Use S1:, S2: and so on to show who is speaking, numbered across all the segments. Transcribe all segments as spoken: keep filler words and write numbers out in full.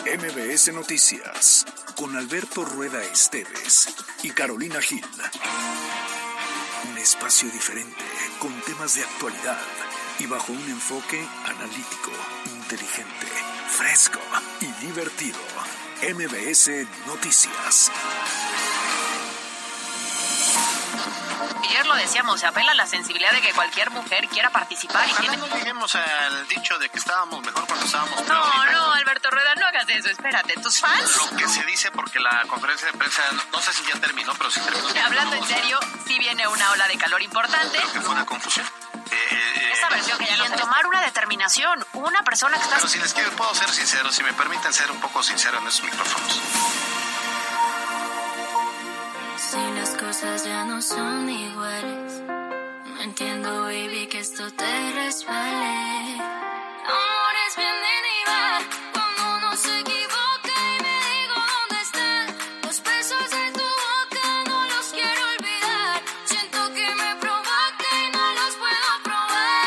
S1: M B S Noticias, con Alberto Rueda Esteves y Carolina Gil. Un espacio diferente, con temas de actualidad y bajo un enfoque analítico, inteligente, fresco y divertido. M B S Noticias.
S2: Ayer lo decíamos, se apela a la sensibilidad de que cualquier mujer quiera participar.
S3: Ojalá
S2: y tiene...
S3: no lleguemos al dicho de que estábamos mejor cuando estábamos peor.
S2: No, no, Alberto Rueda, no hagas eso, espérate. ¿Tus fans?
S3: Lo que se dice, porque la conferencia de prensa, no sé si ya terminó, pero sí terminó.
S2: Hablando en serio, sí viene una ola de calor importante.
S3: Creo que fue una confusión. Eh,
S2: Esa versión que ya lo... Y en tomar una determinación, una persona que está...
S3: Pero si les quiero, puedo ser sincero, si me permiten ser un poco sincero en estos micrófonos.
S4: Si las cosas ya no son iguales, no entiendo, baby, que esto te resbale. Amores vienen y van cuando uno se equivoca, y me digo dónde están los besos de tu boca, no los quiero olvidar. Siento que me provoca y no los puedo probar.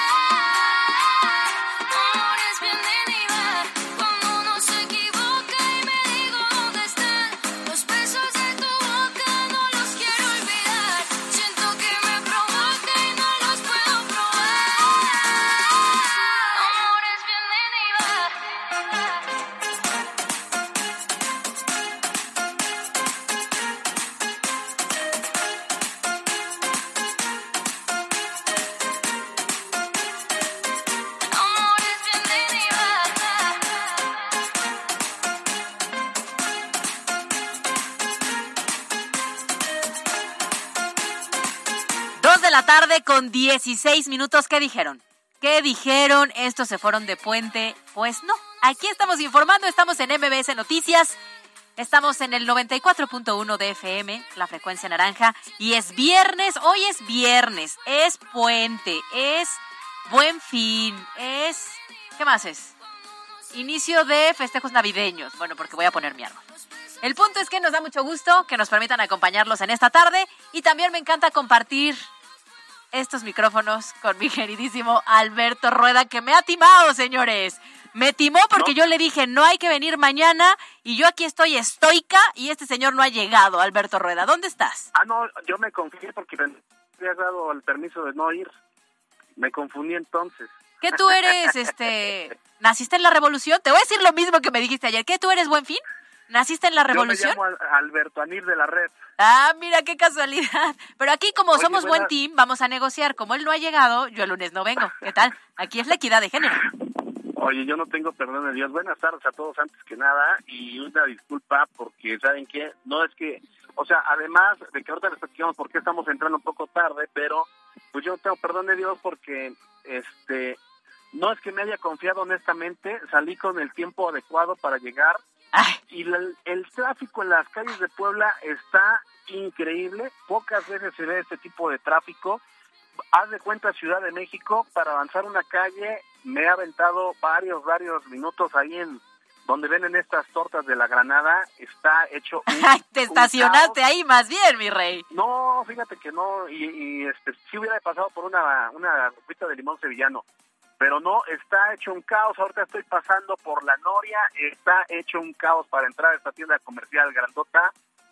S4: Amores vienen y van cuando uno se equivoca, y me digo dónde están los besos de tu boca, no los quiero olvidar. Siento que me provoca y no los puedo probar. Amores vienen y van. Amores vienen y van.
S2: Dos de la tarde con dieciséis minutos. ¿Qué dijeron? ¿Qué dijeron? ¿Estos se fueron de puente? Pues no. Aquí estamos informando, estamos en M B S Noticias. Estamos en el noventa y cuatro punto uno de F M, la frecuencia naranja. Y es viernes, hoy es viernes, es puente, es Buen Fin, es... ¿Qué más es? Inicio de festejos navideños. Bueno, porque voy a poner mi árbol. El punto es que nos da mucho gusto que nos permitan acompañarlos en esta tarde. Y también me encanta compartir estos micrófonos con mi queridísimo Alberto Rueda, que me ha timado, señores. Me timó porque
S5: ¿No?
S2: yo le dije, no hay que venir mañana, y yo aquí estoy estoica, y este señor no ha llegado, Alberto Rueda. ¿Dónde estás?
S5: Ah, no, yo me confié porque me habías dado el permiso de no ir. Me confundí entonces.
S2: ¿Qué tú eres, este... ¿Naciste en la Revolución? Te voy a decir lo mismo que me dijiste ayer. ¿Qué tú eres, Buen Fin? ¿Naciste en la Revolución?
S5: Yo me llamo Al- Alberto Anir de la Red.
S2: Ah, mira qué casualidad. Pero aquí, como
S5: Oye,
S2: somos
S5: buena-
S2: buen team, vamos a negociar. Como él no ha llegado, yo el lunes no vengo. ¿Qué tal? Aquí es la equidad de género.
S5: Oye, yo no tengo perdón de Dios. Buenas tardes a todos antes que nada, y una disculpa porque, ¿saben qué? No es que, o sea, además de que ahorita les platicamos por qué estamos entrando un poco tarde, pero pues yo no tengo perdón de Dios porque, este, no es que me haya confiado honestamente, salí con el tiempo adecuado para llegar.
S2: Ay,
S5: Y la- el tráfico en las calles de Puebla está increíble. Pocas veces se ve este tipo de tráfico. Haz de cuenta Ciudad de México, para avanzar una calle me he aventado varios, varios minutos ahí en donde venden estas tortas de la Granada. Está hecho un,
S2: ay, te
S5: un
S2: estacionaste
S5: caos.
S2: ahí más bien, mi rey.
S5: No, fíjate que no, y, y este, sí hubiera pasado por una, una agüita de limón sevillano, pero no, está hecho un caos. Ahorita estoy pasando por la Noria, está hecho un caos para entrar a esta tienda comercial grandota.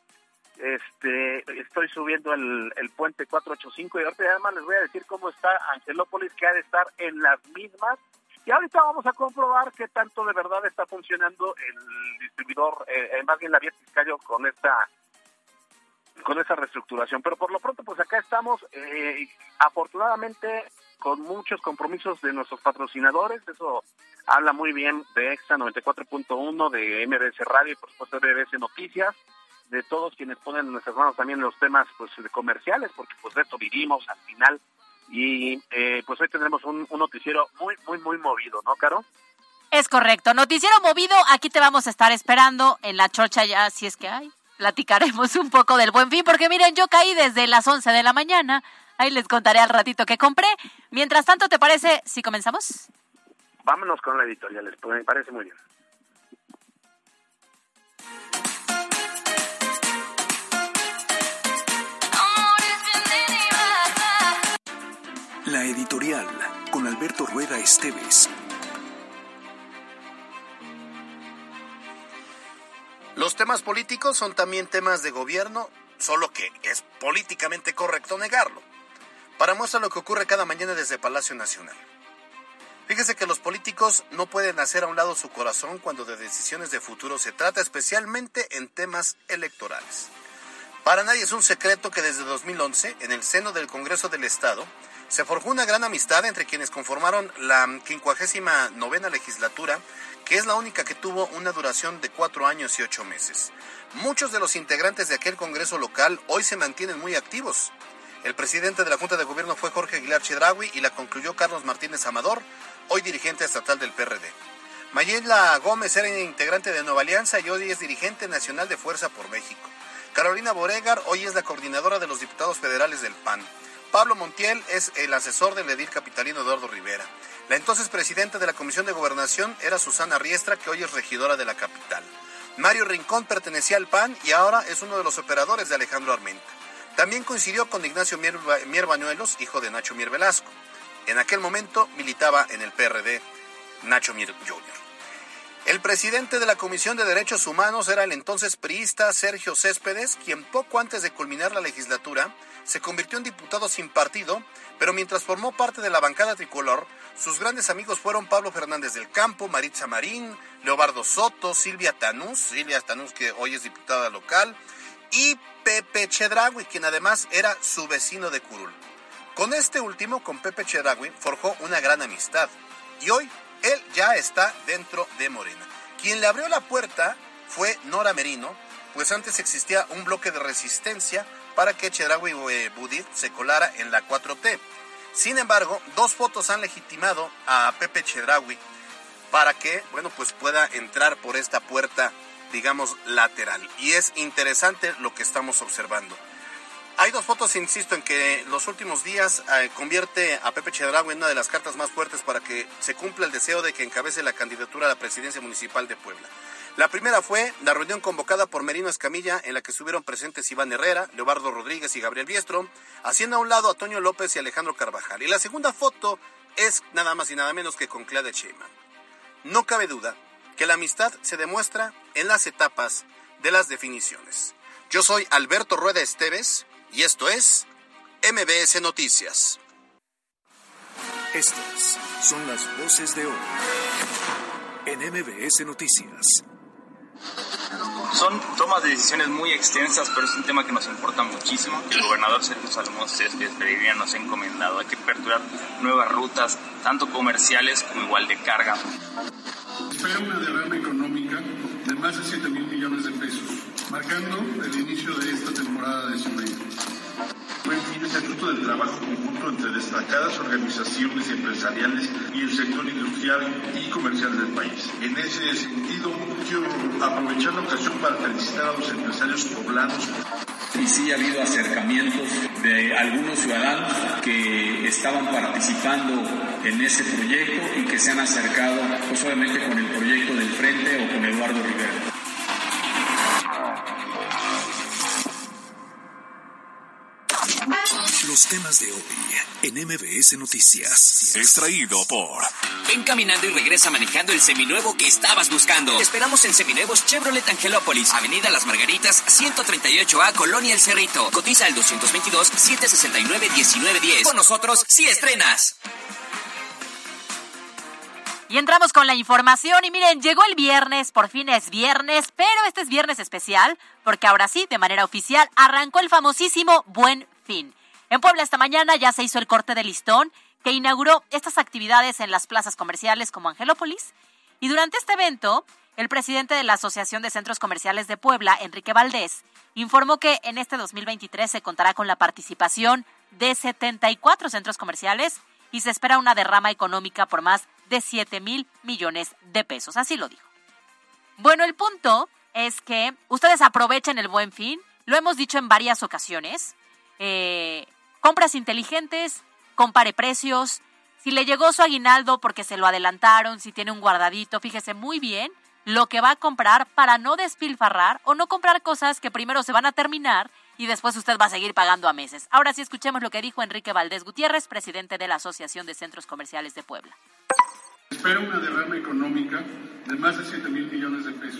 S5: Este, estoy subiendo el, el puente cuatrocientos ochenta y cinco, y ahorita además les voy a decir cómo está Angelópolis, que ha de estar en las mismas. Y ahorita vamos a comprobar qué tanto de verdad está funcionando el distribuidor, eh, más bien la vía Fiscallo, con esta con esa reestructuración. Pero por lo pronto, pues acá estamos, eh, afortunadamente, con muchos compromisos de nuestros patrocinadores. Eso habla muy bien de Exa noventa y cuatro punto uno, de M B S Radio y por supuesto de M B S Noticias, de todos quienes ponen en nuestras manos también los temas pues de comerciales, porque pues de esto vivimos al final. Y eh, pues hoy tendremos un, un noticiero muy, muy, muy movido, ¿no, Caro?
S2: Es correcto. Noticiero movido, aquí te vamos a estar esperando en la chocha ya, si es que hay. Platicaremos un poco del Buen Fin, porque miren, yo caí desde las once de la mañana. Ahí les contaré al ratito que compré. Mientras tanto, ¿te parece si comenzamos?
S5: Vámonos con la editorial, les- me parece muy bien.
S4: Amores vienen y van.
S1: La editorial, con Alberto Rueda Esteves.
S3: Los temas políticos son también temas de gobierno, solo que es políticamente correcto negarlo. Para muestra lo que ocurre cada mañana desde Palacio Nacional. Fíjese que los políticos no pueden hacer a un lado su corazón cuando de decisiones de futuro se trata, especialmente en temas electorales. Para nadie es un secreto que desde dos mil once, en el seno del Congreso del Estado, se forjó una gran amistad entre quienes conformaron la quincuagésima novena legislatura, que es la única que tuvo una duración de cuatro años y ocho meses. Muchos de los integrantes de aquel Congreso local hoy se mantienen muy activos. El presidente de la Junta de Gobierno fue Jorge Aguilar Chedraui y la concluyó Carlos Martínez Amador, hoy dirigente estatal del P R D. Mayela Gómez era integrante de Nueva Alianza y hoy es dirigente nacional de Fuerza por México. Carolina Boregar hoy es la coordinadora de los diputados federales del P A N. Pablo Montiel es el asesor del edil capitalino Eduardo Rivera. La entonces presidenta de la Comisión de Gobernación era Susana Riestra, que hoy es regidora de la capital. Mario Rincón pertenecía al P A N y ahora es uno de los operadores de Alejandro Armenta. También coincidió con Ignacio Mier, Mier Bañuelos, hijo de Nacho Mier Velasco. En aquel momento militaba en el P R D Nacho Mier junior El presidente de la Comisión de Derechos Humanos era el entonces priista Sergio Céspedes, quien poco antes de culminar la legislatura se convirtió en diputado sin partido, pero mientras formó parte de la bancada tricolor, sus grandes amigos fueron Pablo Fernández del Campo, Maritza Marín, Leobardo Soto, Silvia Tanús, Silvia Tanús que hoy es diputada local, y Pepe Chedraui, quien además era su vecino de curul. Con este último, con Pepe Chedraui, forjó una gran amistad, y hoy él ya está dentro de Morena. Quien le abrió la puerta fue Nora Merino, pues antes existía un bloque de resistencia para que Chedraui Budit se colara en la cuatro T. Sin embargo, dos fotos han legitimado a Pepe Chedraui para que, bueno, pues pueda entrar por esta puerta, digamos, lateral. Y es interesante lo que estamos observando. Hay dos fotos, insisto, en que los últimos días eh, convierte a Pepe Chedraui en una de las cartas más fuertes para que se cumpla el deseo de que encabece la candidatura a la presidencia municipal de Puebla. La primera fue la reunión convocada por Merino Escamilla, en la que estuvieron presentes Iván Herrera, Leobardo Rodríguez y Gabriel Biestro, haciendo a un lado a Toño López y Alejandro Carvajal. Y la segunda foto es nada más y nada menos que con Claudia Sheinbaum. No cabe duda que la amistad se demuestra en las etapas de las definiciones. Yo soy Alberto Rueda Esteves y esto es M B S Noticias.
S1: Estas son las voces de hoy en M B S Noticias.
S6: Son tomas de decisiones muy extensas, pero es un tema que nos importa muchísimo. El gobernador Sergio Salomón Céspedes Peregrina nos ha encomendado. Hay que aperturar nuevas rutas, tanto comerciales como igual de carga.
S7: Espera una derrama económica de más de siete mil millones de pesos, marcando el inicio de esta temporada de sembrina. Buen Fin es el fruto del trabajo conjunto entre destacadas organizaciones empresariales y el sector industrial y comercial del país. En ese sentido, quiero aprovechar la ocasión para felicitar a los empresarios poblanos.
S8: Y sí ha habido acercamientos de algunos ciudadanos que estaban participando en ese proyecto y que se han acercado, pues obviamente con el proyecto del Frente o con Eduardo Rivera.
S1: Los temas de hoy en M B S Noticias. Extraído por...
S9: Ven caminando y regresa manejando el seminuevo que estabas buscando. Te esperamos en Seminuevos Chevrolet Angelópolis, Avenida Las Margaritas, ciento treinta y ocho A, Colonia El Cerrito. Cotiza al dos dos dos, siete seis nueve, uno nueve uno cero. Con nosotros, sí estrenas.
S2: Y entramos con la información y miren, llegó el viernes, por fin es viernes, pero este es viernes especial porque ahora sí, de manera oficial, arrancó el famosísimo Buen Fin. En Puebla esta mañana ya se hizo el corte de listón que inauguró estas actividades en las plazas comerciales como Angelópolis. Y durante este evento, el presidente de la Asociación de Centros Comerciales de Puebla, Enrique Valdés, informó que en este dos mil veintitrés se contará con la participación de setenta y cuatro centros comerciales y se espera una derrama económica por más de siete mil millones de pesos. Así lo dijo. Bueno, el punto es que ustedes aprovechen el Buen Fin. Lo hemos dicho en varias ocasiones. Eh, compras inteligentes, compare precios. Si le llegó su aguinaldo porque se lo adelantaron, si tiene un guardadito, fíjese muy bien lo que va a comprar para no despilfarrar o no comprar cosas que primero se van a terminar y después usted va a seguir pagando a meses. Ahora sí escuchemos lo que dijo Enrique Valdés Gutiérrez, presidente de la Asociación de Centros Comerciales de Puebla.
S7: Espera una derrama económica de más de siete mil millones de pesos,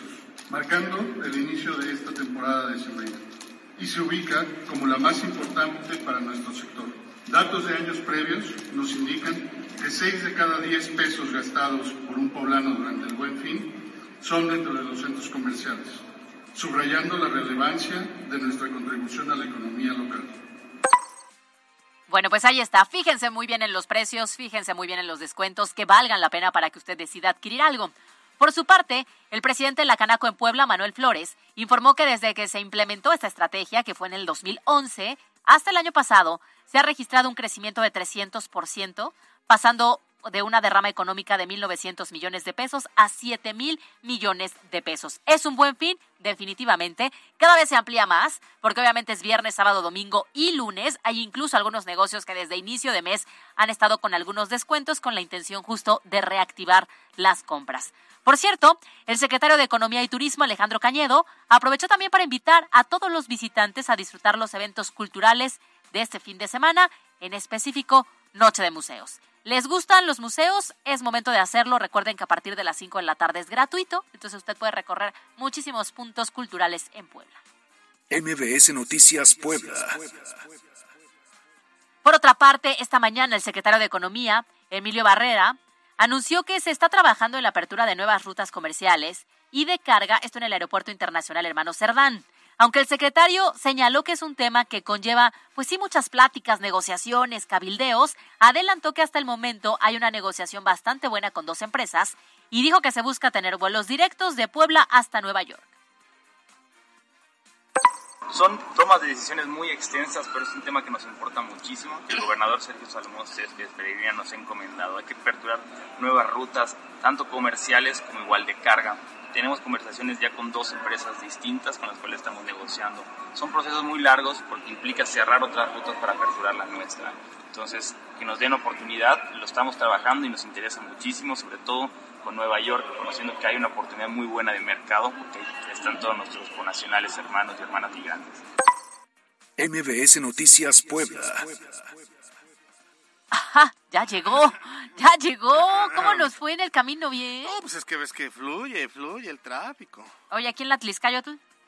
S7: marcando el inicio de esta temporada de sembrina, y se ubica como la más importante para nuestro sector. Datos de años previos nos indican que seis de cada diez pesos gastados por un poblano durante el Buen Fin son dentro de los centros comerciales, subrayando la relevancia de nuestra contribución a la economía local.
S2: Bueno, pues ahí está. Fíjense muy bien en los precios, fíjense muy bien en los descuentos que valgan la pena para que usted decida adquirir algo. Por su parte, el presidente de la Canaco en Puebla, Manuel Flores, informó que desde que se implementó esta estrategia, que fue en el dos mil once, hasta el año pasado, se ha registrado un crecimiento de trescientos por ciento, pasando de una derrama económica de mil novecientos millones de pesos a siete mil millones de pesos. Es un buen fin, definitivamente. Cada vez se amplía más, porque obviamente es viernes, sábado, domingo y lunes. Hay incluso algunos negocios que desde inicio de mes han estado con algunos descuentos con la intención justo de reactivar las compras. Por cierto, el secretario de Economía y Turismo, Alejandro Cañedo, aprovechó también para invitar a todos los visitantes a disfrutar los eventos culturales de este fin de semana, en específico Noche de Museos. ¿Les gustan los museos? Es momento de hacerlo. Recuerden que a partir de las cinco de la tarde es gratuito, entonces usted puede recorrer muchísimos puntos culturales en Puebla.
S1: M B S Noticias Puebla.
S2: Por otra parte, esta mañana el secretario de Economía, Emilio Barrera, anunció que se está trabajando en la apertura de nuevas rutas comerciales y de carga, esto en el Aeropuerto Internacional Hermano Cerdán. Aunque el secretario señaló que es un tema que conlleva, pues sí, muchas pláticas, negociaciones, cabildeos, adelantó que hasta el momento hay una negociación bastante buena con dos empresas y dijo que se busca tener vuelos directos de Puebla hasta Nueva York.
S6: Son tomas de decisiones muy extensas, pero es un tema que nos importa muchísimo, que el gobernador Sergio Salomón Céspedes Peregrina nos ha encomendado. Hay que aperturar nuevas rutas, tanto comerciales como igual de carga. Tenemos conversaciones ya con dos empresas distintas con las cuales estamos negociando. Son procesos muy largos porque implica cerrar otras rutas para aperturar la nuestra. Entonces, que nos den oportunidad, lo estamos trabajando y nos interesa muchísimo, sobre todo con Nueva York, conociendo que hay una oportunidad muy buena de mercado, porque ahí están todos nuestros conacionales, hermanos y hermanas migrantes.
S1: M B S Noticias Puebla.
S2: Ajá, ya llegó, ya llegó. ¿Cómo nos fue en el camino? ¿Bien?
S3: No, pues es que ves que fluye, fluye el tráfico.
S2: Oye, ¿aquí en la Tliscayotl?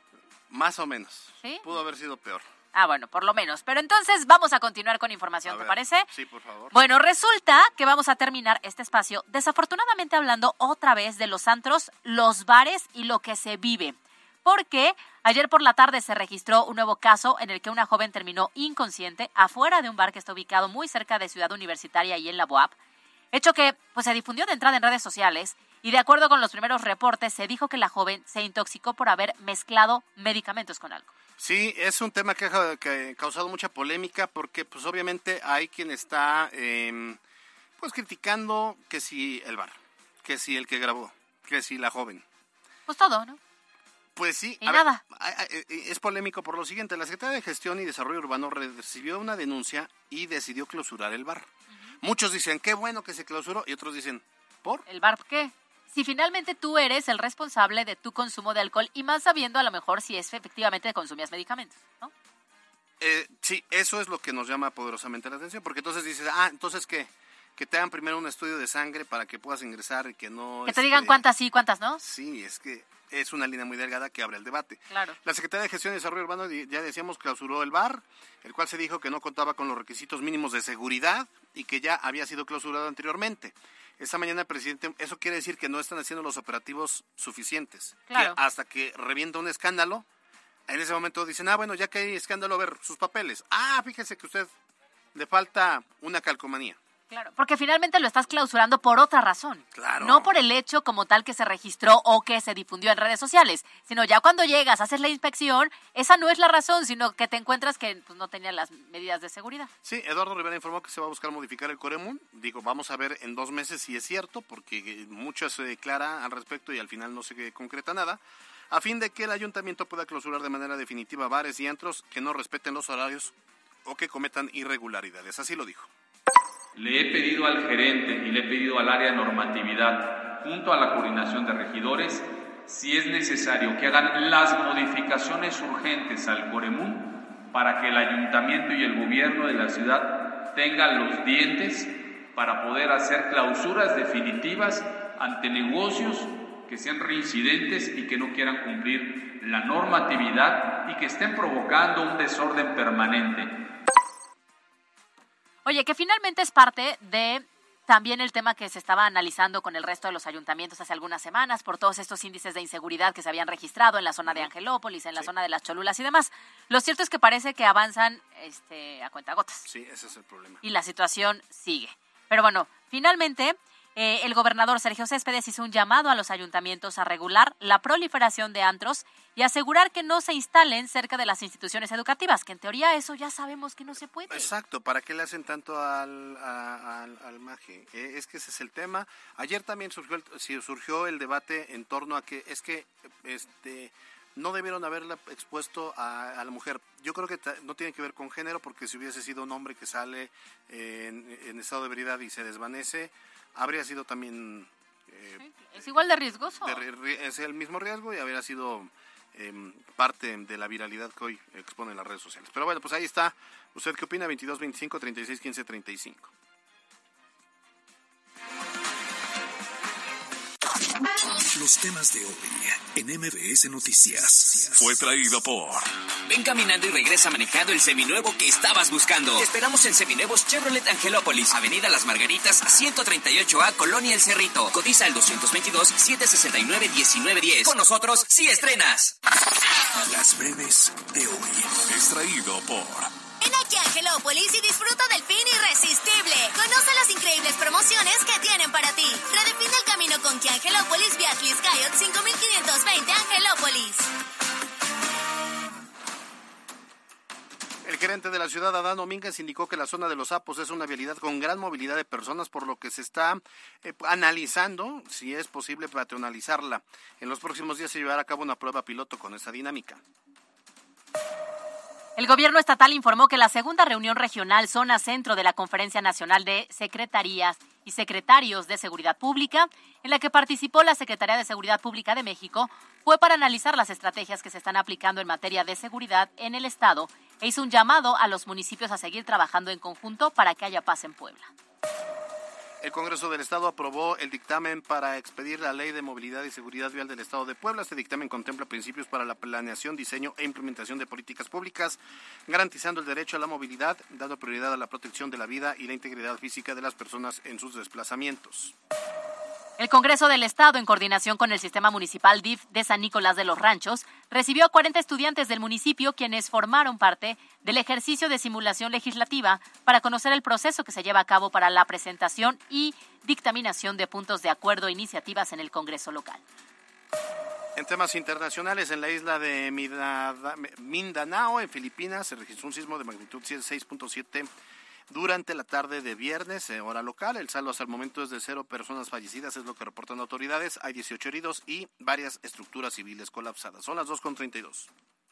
S3: Más o menos.
S2: ¿Sí?
S3: Pudo haber sido peor.
S2: Ah, bueno, por lo menos. Pero entonces vamos a continuar con información,
S3: A
S2: ¿te
S3: ver,
S2: parece?
S3: Sí, por favor.
S2: Bueno, resulta que vamos a terminar este espacio desafortunadamente hablando otra vez de los antros, los bares y lo que se vive. Porque ayer por la tarde se registró un nuevo caso en el que una joven terminó inconsciente afuera de un bar que está ubicado muy cerca de Ciudad Universitaria y en la B U A P. Hecho que pues, se difundió de entrada en redes sociales y de acuerdo con los primeros reportes se dijo que la joven se intoxicó por haber mezclado medicamentos con algo.
S3: Sí, es un tema que ha, que ha causado mucha polémica porque pues obviamente hay quien está eh, pues criticando que si el bar, que si el que grabó, que si la joven.
S2: Pues todo, ¿no?
S3: Pues sí,
S2: y
S3: a
S2: nada.
S3: Ver, es polémico por lo siguiente. La Secretaría de Gestión y Desarrollo Urbano recibió una denuncia y decidió clausurar el bar. Uh-huh. Muchos dicen, qué bueno que se clausuró, y otros dicen, ¿por?
S2: ¿El bar qué? Si finalmente tú eres el responsable de tu consumo de alcohol y más sabiendo a lo mejor si es efectivamente consumías medicamentos, ¿no?
S3: Eh, sí, eso es lo que nos llama poderosamente la atención, porque entonces dices, ah, entonces ¿qué? Que te hagan primero un estudio de sangre para que puedas ingresar y que no...
S2: Que te
S3: este,
S2: digan cuántas sí, cuántas no.
S3: Sí, es que es una línea muy delgada que abre el debate.
S2: Claro.
S3: La Secretaría de Gestión y Desarrollo Urbano, ya decíamos, clausuró el bar, el cual se dijo que no contaba con los requisitos mínimos de seguridad y que ya había sido clausurado anteriormente. Esta mañana el presidente, eso quiere decir que no están haciendo los operativos suficientes.
S2: Claro.
S3: Que hasta que revienta un escándalo, en ese momento dicen, ah, bueno, ya que hay escándalo, a ver, sus papeles. Ah, fíjese que a usted le falta una calcomanía.
S2: Claro, porque finalmente lo estás clausurando por otra razón.
S3: Claro.
S2: No por el hecho como tal que se registró o que se difundió en redes sociales, sino ya cuando llegas, haces la inspección, esa no es la razón, sino que te encuentras que pues, no tenía las medidas de seguridad.
S3: Sí, Eduardo Rivera informó que se va a buscar modificar el Coremún. Digo, vamos a ver en dos meses si es cierto, porque mucho se declara al respecto y al final no se concreta nada, a fin de que el ayuntamiento pueda clausurar de manera definitiva bares y antros que no respeten los horarios o que cometan irregularidades. Así lo dijo.
S10: Le he pedido al gerente y le he pedido al área de normatividad, junto a la coordinación de regidores, si es necesario que hagan las modificaciones urgentes al Coremún para que el ayuntamiento y el gobierno de la ciudad tengan los dientes para poder hacer clausuras definitivas ante negocios que sean reincidentes y que no quieran cumplir la normatividad y que estén provocando un desorden permanente.
S2: Oye, que finalmente es parte de también el tema que se estaba analizando con el resto de los ayuntamientos hace algunas semanas por todos estos índices de inseguridad que se habían registrado en la zona de Angelópolis, en la sí. zona de las Cholulas y demás. Lo cierto es que parece que avanzan este, a cuentagotas.
S3: Sí, ese es el problema.
S2: Y la situación sigue. Pero bueno, finalmente eh, el gobernador Sergio Céspedes hizo un llamado a los ayuntamientos a regular la proliferación de antros y asegurar que no se instalen cerca de las instituciones educativas, que en teoría eso ya sabemos que no se puede.
S3: Exacto, ¿para qué le hacen tanto al, a, al, al maje? Eh, es que ese es el tema. Ayer también surgió el, surgió el debate en torno a que es que este no debieron haberla expuesto a, a la mujer. Yo creo que ta, no tiene que ver con género, porque si hubiese sido un hombre que sale eh, en, en estado de ebriedad y se desvanece, habría sido también... Eh,
S2: es igual de riesgoso.
S3: De, es el mismo riesgo y habría sido eh, parte de la viralidad que hoy exponen las redes sociales. Pero bueno, pues ahí está. ¿Usted qué opina? veintidós veinticinco treinta y seis quince treinta y cinco.
S1: Los temas de hoy en M B S Noticias fue traído por...
S9: Ven caminando y regresa manejando el seminuevo que estabas buscando. Te esperamos en Seminuevos Chevrolet Angelópolis, Avenida Las Margaritas, ciento treinta y ocho A, Colonia El Cerrito. Cotiza al doscientos veintidós, setecientos sesenta y nueve, diecinueve diez. Con nosotros, sí estrenas.
S1: Las breves de hoy es traído por...
S11: Ven aquí a Angelópolis y disfruta del fin irresistible. Conoce las increíbles promociones que tienen para ti. Redefine el camino con Kia Angelópolis Beatriz Cayot cinco mil quinientos veinte Angelópolis.
S3: El gerente de la ciudad, Adán Domínguez, indicó que la zona de Los Sapos es una vialidad con gran movilidad de personas, por lo que se está eh, analizando si es posible peatonalizarla. En los próximos días se llevará a cabo una prueba piloto con esa dinámica.
S2: El gobierno estatal informó que la segunda reunión regional Zona Centro de la Conferencia Nacional de Secretarías y Secretarios de Seguridad Pública, en la que participó la Secretaría de Seguridad Pública de México, fue para analizar las estrategias que se están aplicando en materia de seguridad en el Estado e hizo un llamado a los municipios a seguir trabajando en conjunto para que haya paz en Puebla.
S3: El Congreso del Estado aprobó el dictamen para expedir la Ley de Movilidad y Seguridad Vial del Estado de Puebla. Este dictamen contempla principios para la planeación, diseño e implementación de políticas públicas, garantizando el derecho a la movilidad, dando prioridad a la protección de la vida y la integridad física de las personas en sus desplazamientos.
S2: El Congreso del Estado, en coordinación con el Sistema Municipal D I F de San Nicolás de los Ranchos, recibió a cuarenta estudiantes del municipio quienes formaron parte del ejercicio de simulación legislativa para conocer el proceso que se lleva a cabo para la presentación y dictaminación de puntos de acuerdo e iniciativas en el Congreso local.
S3: En temas internacionales, en la isla de Mindanao, en Filipinas, se registró un sismo de magnitud seis punto siete durante la tarde de viernes, eh, hora local. El saldo hasta el momento es de cero personas fallecidas, es lo que reportan autoridades. Hay dieciocho heridos y varias estructuras civiles colapsadas. Son las dos con treinta y dos.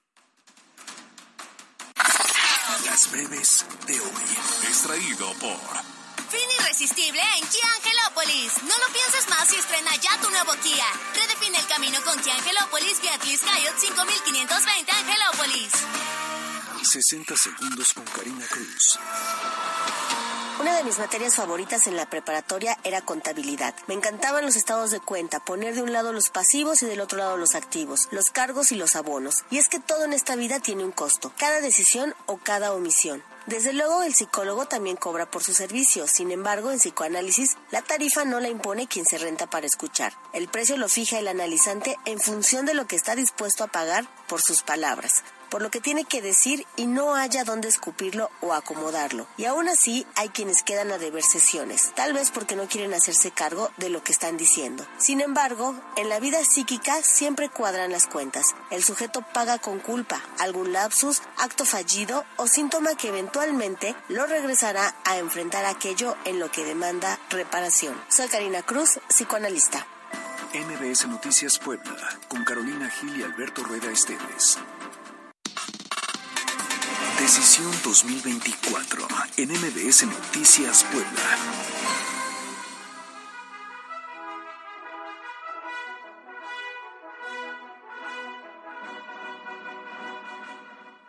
S1: Las breves de hoy es traído por...
S11: Fin irresistible en Kia Angelópolis. No lo pienses más y estrena ya tu nuevo Kia. Redefine el camino con Kia Angelópolis Beatriz Cayot cinco mil quinientos veinte Angelópolis.
S1: sesenta segundos con Karina Cruz.
S12: Una de mis materias favoritas en la preparatoria era contabilidad. Me encantaban los estados de cuenta, poner de un lado los pasivos y del otro lado los activos, los cargos y los abonos. Y es que todo en esta vida tiene un costo, cada decisión o cada omisión. Desde luego, el psicólogo también cobra por su servicio. Sin embargo, en psicoanálisis, la tarifa no la impone quien se renta para escuchar. El precio lo fija el analizante en función de lo que está dispuesto a pagar por sus palabras, por lo que tiene que decir y no haya dónde escupirlo o acomodarlo. Y aún así, hay quienes quedan a deber sesiones, tal vez porque no quieren hacerse cargo de lo que están diciendo. Sin embargo, en la vida psíquica siempre cuadran las cuentas. El sujeto paga con culpa, algún lapsus, acto fallido o síntoma que eventualmente lo regresará a enfrentar aquello en lo que demanda reparación. Soy Karina Cruz, psicoanalista.
S1: M B S Noticias Puebla, con Carolina Gil y Alberto Rueda Esteves. Decisión dos mil veinticuatro en M B S Noticias Puebla.
S3: Bueno.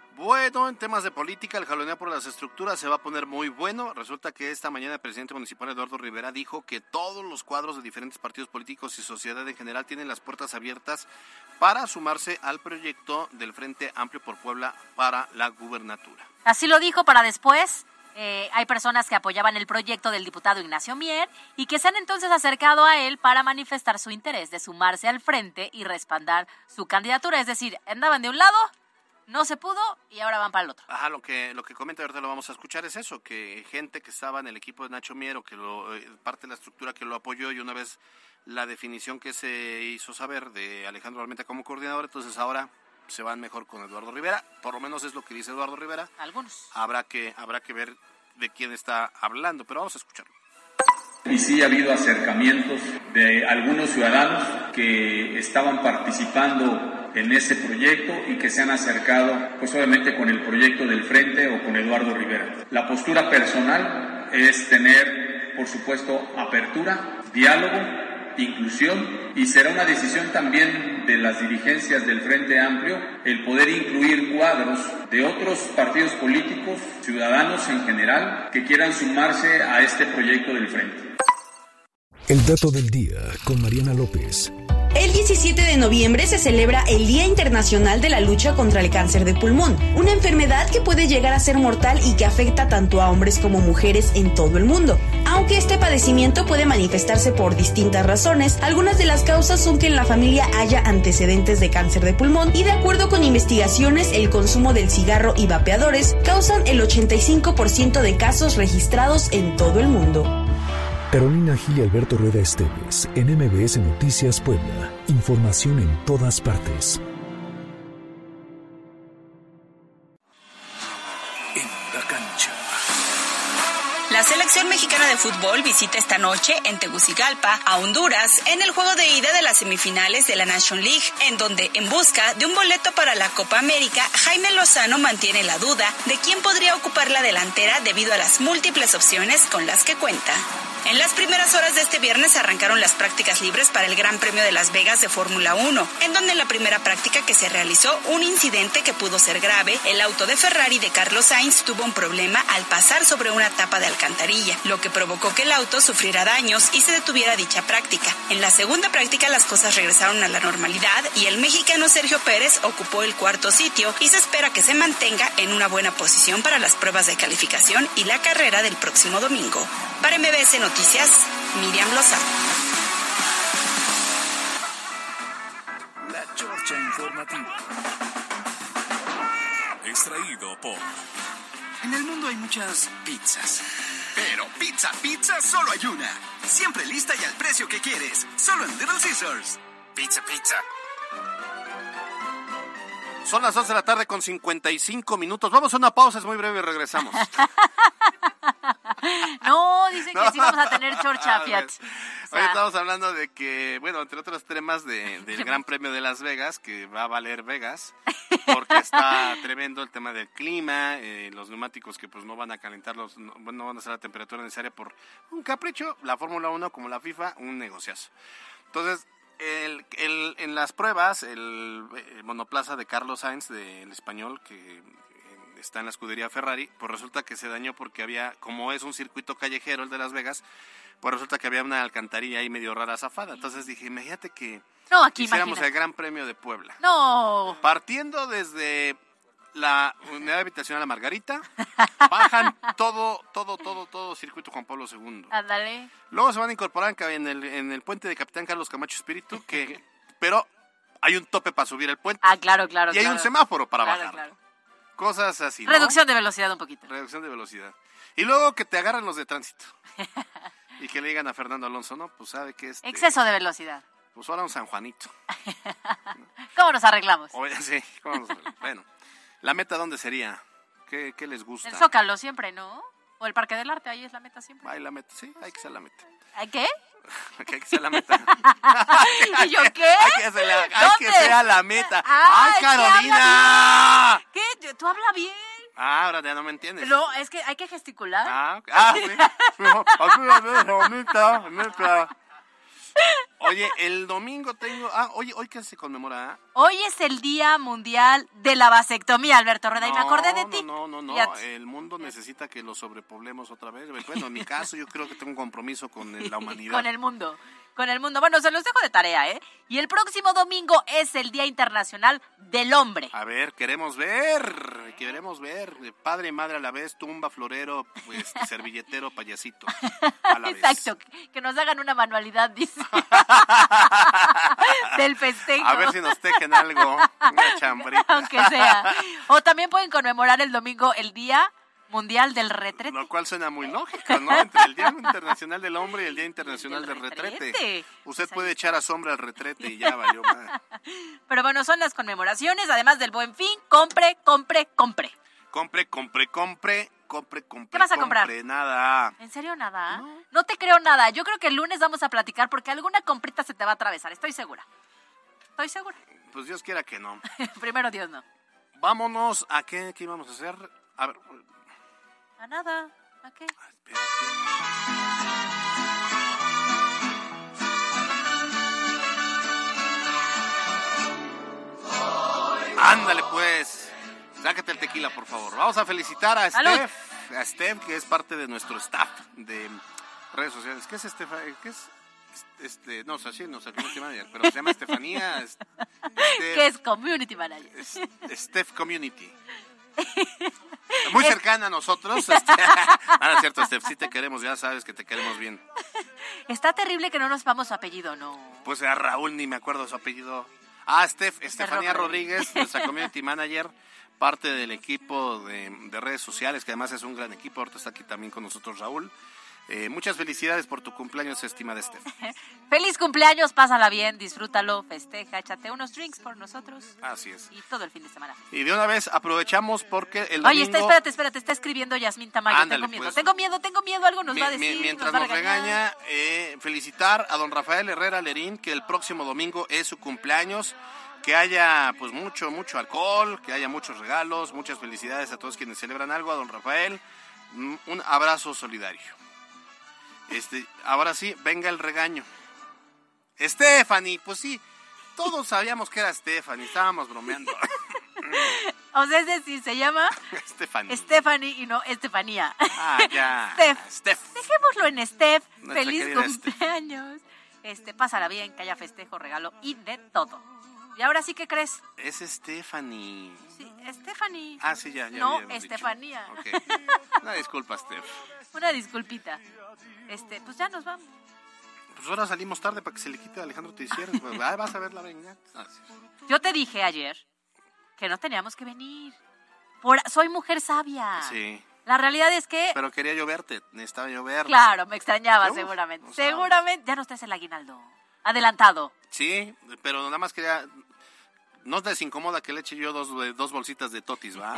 S3: bueno, en temas de política, el jaloneo por las estructuras se va a poner muy bueno. Resulta que esta mañana el presidente municipal Eduardo Rivera dijo que todos los cuadros de diferentes partidos políticos y sociedad en general tienen las puertas abiertas para sumarse al proyecto del Frente Amplio por Puebla para la gubernatura.
S2: Así lo dijo para después. Eh, hay personas que apoyaban el proyecto del diputado Ignacio Mier y que se han entonces acercado a él para manifestar su interés de sumarse al frente y respaldar su candidatura. Es decir, andaban de un lado, no se pudo y ahora van para el otro.
S3: Ajá, lo que lo que comenta, ahorita lo vamos a escuchar, es eso, que gente que estaba en el equipo de Nacho Mier o que lo, eh, parte de la estructura que lo apoyó, y una vez la definición que se hizo saber de Alejandro Armenta como coordinador, entonces ahora se van mejor con Eduardo Rivera, por lo menos es lo que dice Eduardo Rivera.
S2: Algunos.
S3: Habrá que, habrá que ver de quién está hablando, pero vamos a escucharlo.
S8: Y sí ha habido acercamientos de algunos ciudadanos que estaban participando en ese proyecto y que se han acercado, pues obviamente con el proyecto del Frente o con Eduardo Rivera. La postura personal es tener, por supuesto, apertura, diálogo, inclusión, y será una decisión también de las dirigencias del Frente Amplio el poder incluir cuadros de otros partidos políticos, ciudadanos en general, que quieran sumarse a este proyecto del Frente.
S1: El dato del día con Mariana López.
S13: El diecisiete de noviembre se celebra el Día Internacional de la Lucha contra el Cáncer de Pulmón, una enfermedad que puede llegar a ser mortal y que afecta tanto a hombres como mujeres en todo el mundo. Aunque este padecimiento puede manifestarse por distintas razones, algunas de las causas son que en la familia haya antecedentes de cáncer de pulmón y, de acuerdo con investigaciones, el consumo del cigarro y vapeadores causan el ochenta y cinco por ciento de casos registrados en todo el mundo.
S1: Carolina Gil y Alberto Rueda Esteves, en M B S Noticias Puebla. Información en todas partes.
S14: En la cancha.
S15: La selección mexicana de fútbol visita esta noche en Tegucigalpa a Honduras en el juego de ida de las semifinales de la Nation League, en donde, en busca de un boleto para la Copa América, Jaime Lozano mantiene la duda de quién podría ocupar la delantera debido a las múltiples opciones con las que cuenta. En las primeras horas de este viernes arrancaron las prácticas libres para el Gran Premio de Las Vegas de Fórmula uno, en donde en la primera práctica que se realizó un incidente que pudo ser grave. El auto de Ferrari de Carlos Sainz tuvo un problema al pasar sobre una tapa de alcantarilla, lo que provocó que el auto sufriera daños y se detuviera dicha práctica. En la segunda práctica las cosas regresaron a la normalidad y el mexicano Sergio Pérez ocupó el cuarto sitio y se espera que se mantenga en una buena posición para las pruebas de calificación y la carrera del próximo domingo. Para M B S Noticias, Miriam Lozano.
S14: La Chorcha Informativa. Extraído por... En el mundo hay muchas pizzas. Pero pizza, pizza, solo hay una. Siempre lista y al precio que quieres. Solo en Little Caesars. Pizza, pizza.
S3: Son las dos de la tarde con cincuenta y cinco minutos. Vamos a una pausa, es muy breve y regresamos.
S2: No, dicen que no. Sí vamos a tener chorcha, Fiat.
S3: O sea, hoy estamos hablando de que, bueno, entre otros temas de, del Gran Premio de Las Vegas, que va a valer Vegas, porque está tremendo el tema del clima, eh, los neumáticos que pues no van a calentarlos, no, no van a ser la temperatura necesaria por un capricho, la Fórmula uno como la FIFA, un negociazo. Entonces, el, el, en las pruebas, el, el monoplaza de Carlos Sainz, del español, que está en la escudería Ferrari, pues resulta que se dañó porque había, como es un circuito callejero el de Las Vegas, pues resulta que había una alcantarilla ahí medio rara zafada. Entonces dije, imagínate que
S2: no, aquí
S3: hiciéramos
S2: imagínate.
S3: El Gran Premio de Puebla.
S2: No.
S3: Partiendo desde la unidad habitacional La Margarita, bajan todo, todo, todo, todo circuito Juan Pablo segundo.
S2: Ándale.
S3: Luego se van a incorporar en el, en el puente de Capitán Carlos Camacho Espíritu, que, pero hay un tope para subir el puente.
S2: Ah, claro, claro.
S3: Y hay
S2: claro.
S3: un semáforo para
S2: claro,
S3: bajar.
S2: Claro.
S3: Cosas así, ¿no?
S2: Reducción de velocidad un poquito.
S3: Reducción de velocidad. Y luego que te agarran los de tránsito. Y que le digan a Fernando Alonso, no, pues sabe que es... Este,
S2: exceso de velocidad.
S3: Pues ahora un San Juanito.
S2: ¿Cómo nos arreglamos?
S3: Oye, sí, ¿cómo nos arreglamos? Bueno, ¿la meta dónde sería? ¿Qué, qué les gusta?
S2: El Zócalo siempre, ¿no? O el Parque del Arte, ahí es la meta siempre.
S3: Ahí la meta, sí, hay que ser la meta.
S2: ¿Hay qué?
S3: Hay que ser la meta.
S2: ¿Y yo qué?
S3: Hay que ser la, hay que sea la meta.
S2: ¡Ay,
S3: ¡Ay, Carolina!
S2: ¿Qué? ¿Tú hablas bien?
S3: Ah, ahora ya no me entiendes.
S2: No, es que hay que gesticular.
S3: Ah, ah sí. Así es, la meta, meta.
S16: Oye, el domingo tengo... Ah, oye, ¿hoy qué se conmemora?
S2: Hoy es el Día Mundial de la Vasectomía, Alberto Rueda,
S16: no,
S2: y me acordé de ti.
S16: No, no, no, no,
S2: Fíjate.
S16: El mundo necesita que lo sobrepoblemos otra vez. Bueno, en mi caso yo creo que tengo un compromiso con la humanidad.
S2: Con el mundo, con el mundo. Bueno, se los dejo de tarea, ¿eh? Y el próximo domingo es el Día Internacional del Hombre.
S16: A ver, queremos ver, queremos ver. Padre y madre a la vez, tumba, florero, pues, servilletero, payasito. A la
S2: Exacto,
S16: vez.
S2: que nos hagan una manualidad, dice. Del festejo.
S16: A ver si nos tejen algo, una chambrita.
S2: Aunque sea. O también pueden conmemorar el domingo el Día Mundial del Retrete.
S16: Lo cual suena muy lógico, ¿no? Entre el Día Internacional del Hombre y el Día Internacional del, del retrete. retrete. Usted puede echar a sombra el retrete y ya valió más.
S2: Pero bueno, son las conmemoraciones, además del Buen Fin. Compre, compre, compre.
S16: Compre, compre, compre, compre, compre.
S2: ¿Qué vas a
S16: compre,
S2: comprar?
S16: Nada.
S2: ¿En serio nada? No. no te creo nada. Yo creo que el lunes vamos a platicar porque alguna comprita se te va a atravesar. Estoy segura. Estoy segura.
S16: Pues Dios quiera que no.
S2: Primero Dios no.
S16: Vámonos. ¿A qué? ¿Qué íbamos a hacer? A ver.
S2: A nada. ¿A qué?
S16: Ah, espérate. Ándale pues. Sácate el tequila, por favor. Vamos a felicitar a
S2: ¡Salud!
S16: Steph, a Steph, que es parte de nuestro staff de redes sociales. ¿Qué es Steph? ¿Qué es? Este, no, Sashi, no sé, community manager, pero se llama Estefanía. Steph,
S2: ¿Qué es community manager?
S16: Steph Community. Muy cercana a nosotros. Este, ah, es cierto, Steph, sí te queremos, ya sabes que te queremos bien.
S2: Está terrible que no nos sepamos su apellido, ¿no?
S16: Pues a Raúl ni me acuerdo su apellido. Ah, Steph, Estefanía Rodríguez, nuestra community manager, parte del equipo de, de redes sociales, que además es un gran equipo. Ahorita está aquí también con nosotros Raúl. Eh, muchas felicidades por tu cumpleaños, estimada Steph.
S2: Feliz cumpleaños, pásala bien, disfrútalo, festeja, échate unos drinks por nosotros.
S16: Así es.
S2: Y todo el fin de semana.
S16: Y de una vez aprovechamos porque el domingo...
S2: Oye, está, espérate, espérate, está escribiendo Yasmín Tamayo.
S16: Ándale,
S2: tengo miedo,
S16: pues.
S2: tengo miedo, tengo miedo, algo nos
S16: Mi,
S2: va a decir.
S16: mi, mientras
S2: nos, va
S16: nos
S2: a
S16: regaña, eh, felicitar a don Rafael Herrera Lerín, que el próximo domingo es su cumpleaños. Que haya pues mucho, mucho alcohol, que haya muchos regalos, muchas felicidades a todos quienes celebran algo, a don Rafael, un abrazo solidario. Este, ahora sí, venga el regaño. Stephanie, pues sí, todos sabíamos que era Stephanie, estábamos bromeando.
S2: O sea, es decir, se llama
S16: Stephanie.
S2: Stephanie y no Estefanía.
S16: Ah, ya.
S2: Steph.
S16: Steph.
S2: Dejémoslo en Steph.
S16: Nuestra
S2: Feliz cumpleaños. Este, pásala bien, que haya festejo, regalo y de todo. Y ahora sí, ¿qué crees?
S16: Es Stephanie.
S2: Sí, Stephanie.
S16: Ah, sí, ya, ya.
S2: No,
S16: habíamos
S2: Estefanía.
S16: dicho. Okay. Una disculpa, Steph.
S2: Una disculpita. Este, pues ya nos vamos.
S16: Pues ahora salimos tarde para que se le quite a Alejandro Teixeira. Pues, ah, vas a ver la venganza. Ah, sí.
S2: Yo te dije ayer que no teníamos que venir. Por, soy mujer sabia.
S16: Sí.
S2: La realidad es que...
S16: Pero quería yo verte, necesitaba yo verte.
S2: Claro, me extrañaba
S16: ¿Cómo?
S2: seguramente.
S16: No
S2: seguramente. Ya no estás el aguinaldo. Adelantado.
S16: Sí, pero nada más quería... No te desincomoda que le eche yo dos, dos bolsitas de totis, ¿va?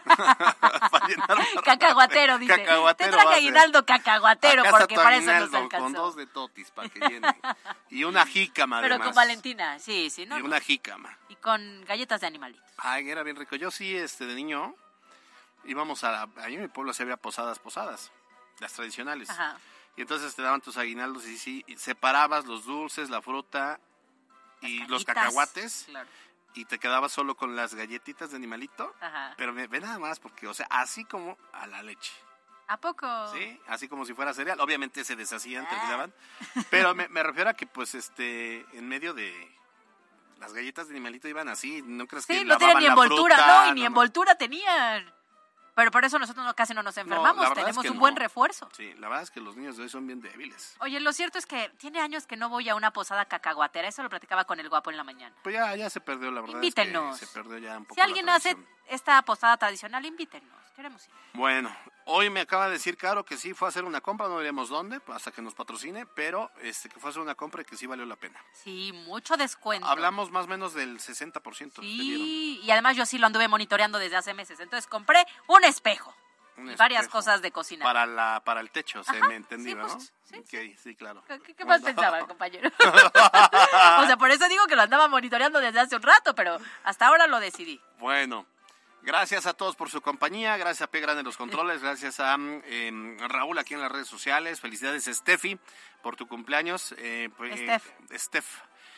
S2: Cacahuatero, dice.
S16: Cacahuatero.
S2: Te traje aguinaldo cacahuatero,
S16: Acá
S2: porque
S16: está tu
S2: para eso nos
S16: aguinaldo,
S2: alcanzó.
S16: con dos de totis para que llene. Y una jícama,
S2: Pero
S16: además.
S2: con Valentina, sí, sí, ¿no?
S16: Y una jícama.
S2: Y con galletas de animalitos.
S16: Ay, era bien rico. Yo sí, este, de niño, íbamos a... Ahí en mi pueblo se había posadas, posadas, las tradicionales.
S2: Ajá.
S16: Y entonces te daban tus aguinaldos y sí, y separabas los dulces, la fruta y
S2: Las
S16: los
S2: cajitas,
S16: cacahuates.
S2: Claro.
S16: Y te quedabas solo con las galletitas de animalito.
S2: Ajá.
S16: Pero ve, ve nada más, porque, o sea, así como a la leche.
S2: ¿A poco?
S16: Sí, así como si fuera cereal. Obviamente se deshacían, terminaban. Pero me, me refiero a que, pues, este, en medio de las galletas de animalito iban así. ¿No crees que
S2: Sí, no
S16: lavaban
S2: tenían ni
S16: la
S2: envoltura,
S16: fruta?
S2: no, y ni
S16: No,
S2: envoltura tenían. Pero por eso nosotros no, casi no nos enfermamos,
S16: la verdad
S2: tenemos
S16: es que
S2: un
S16: no.
S2: buen refuerzo.
S16: Sí, la verdad es que los niños de hoy son bien débiles.
S2: Oye, lo cierto es que tiene años que no voy a una posada cacahuatera, eso lo platicaba con el guapo en la mañana.
S16: Pues ya, ya se perdió, la verdad.
S2: Invítenos.
S16: Es que se perdió ya un poco
S2: Si alguien
S16: la
S2: hace
S16: tradición.
S2: esta posada tradicional, invítenos, queremos ir.
S16: Bueno, hoy me acaba de decir Caro que sí fue a hacer una compra, no diremos dónde, hasta que nos patrocine, pero este que fue a hacer una compra y que sí valió la pena.
S2: Sí, mucho descuento.
S16: Hablamos más o menos del sesenta por ciento.
S2: Sí, y además yo sí lo anduve monitoreando desde hace meses, entonces compré un espejo.
S16: Un
S2: y varias
S16: espejo
S2: cosas de cocina.
S16: Para la para el techo, se
S2: Ajá,
S16: me entendió,
S2: sí, pues,
S16: ¿no?
S2: sí,
S16: Okay, sí, claro.
S2: ¿Qué, qué más
S16: Bueno.
S2: pensaba, compañero? O sea, por eso digo que lo andaba monitoreando desde hace un rato, pero hasta ahora lo decidí.
S16: Bueno, Gracias a todos por su compañía, gracias a Pie Grande en los controles, gracias a eh, Raúl aquí en las redes sociales, felicidades Steffi por tu cumpleaños. Eh, pues,
S2: Steph.
S16: Eh, Steph.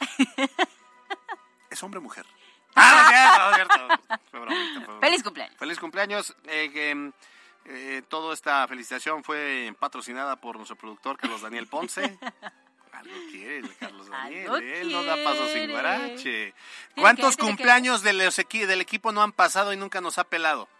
S16: ¿Es hombre o mujer? Ah, no, cierto, no, cierto. Fue bromita, fue bromita.
S2: Feliz cumpleaños.
S16: Feliz cumpleaños. Eh, eh, eh, toda esta felicitación fue patrocinada por nuestro productor Carlos Daniel Ponce. Algo quiere el Carlos Daniel,
S2: Algo
S16: él no da paso sin
S2: quiere.
S16: guarache. ¿Cuántos
S2: que,
S16: cumpleaños de los equi- del equipo no han pasado y nunca nos ha pelado?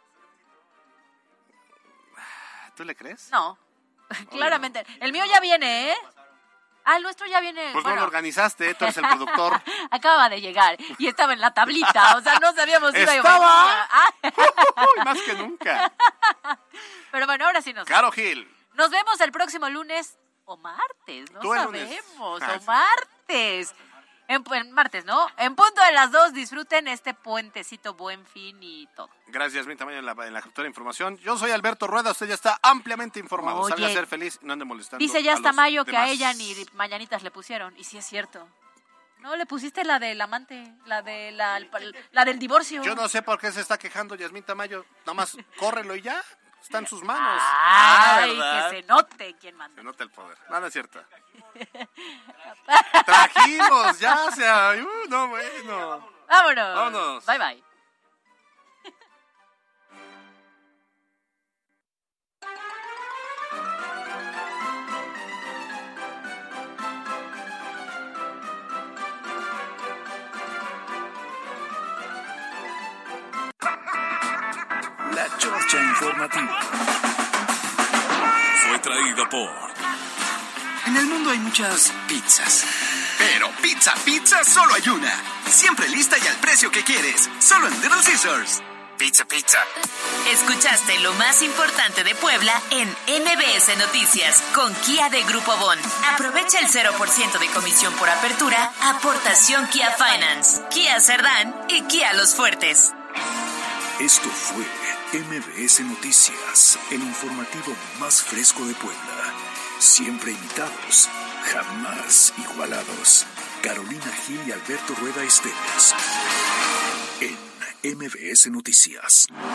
S16: ¿Tú le crees?
S2: No, claramente. El mío ya viene, ¿eh? Ah, el nuestro ya viene.
S16: Pues
S2: bueno.
S16: no lo organizaste, tú eres el productor.
S2: Acaba de llegar y estaba en la tablita, o sea, no sabíamos si iba a
S16: ¡Estaba!
S2: Ah.
S16: Uy, más que nunca.
S2: Pero bueno, ahora sí nos
S16: Caro Gil.
S2: Nos vemos el próximo lunes o martes, no
S16: Tú el
S2: sabemos,
S16: lunes. Ah,
S2: o
S16: sí.
S2: martes. En, en martes, ¿no? En punto de las dos, disfruten este puentecito Buen Fin y todo.
S16: Gracias, mi tamaño en la, en la captura de información. Yo soy Alberto Rueda, usted ya está ampliamente informado.
S2: Oye,
S16: Salga a ser feliz y no ande molestando.
S2: Dice ya
S16: a
S2: hasta
S16: los
S2: Mayo que a
S16: demás.
S2: ella ni mañanitas le pusieron, y sí es cierto. No, le pusiste la del amante, la de la, la del divorcio.
S16: Yo no sé por qué se está quejando Yasmín Tamayo. Nada más córrelo y ya. Está en sus manos.
S2: Ay,
S16: ¿verdad?
S2: que se note quién manda.
S16: Se nota el poder. Nada es cierto. Trajimos, ya sea. Uh, no, bueno.
S2: Vámonos.
S16: Vámonos.
S2: Bye, bye.
S1: La Chorcha Informativa fue traída por...
S14: En el mundo hay muchas pizzas. Pero pizza, pizza, solo hay una. Siempre lista y al precio que quieres. Solo en Little Caesars. Pizza, pizza.
S15: Escuchaste lo más importante de Puebla en M B S Noticias con Kia de Grupo Bon. Aprovecha el cero por ciento de comisión por apertura, aportación Kia Finance, Kia Cerdán y Kia Los Fuertes.
S1: Esto fue M B S Noticias, el informativo más fresco de Puebla. Siempre invitados, jamás igualados. Carolina Gil y Alberto Rueda Esteves. En M B S Noticias.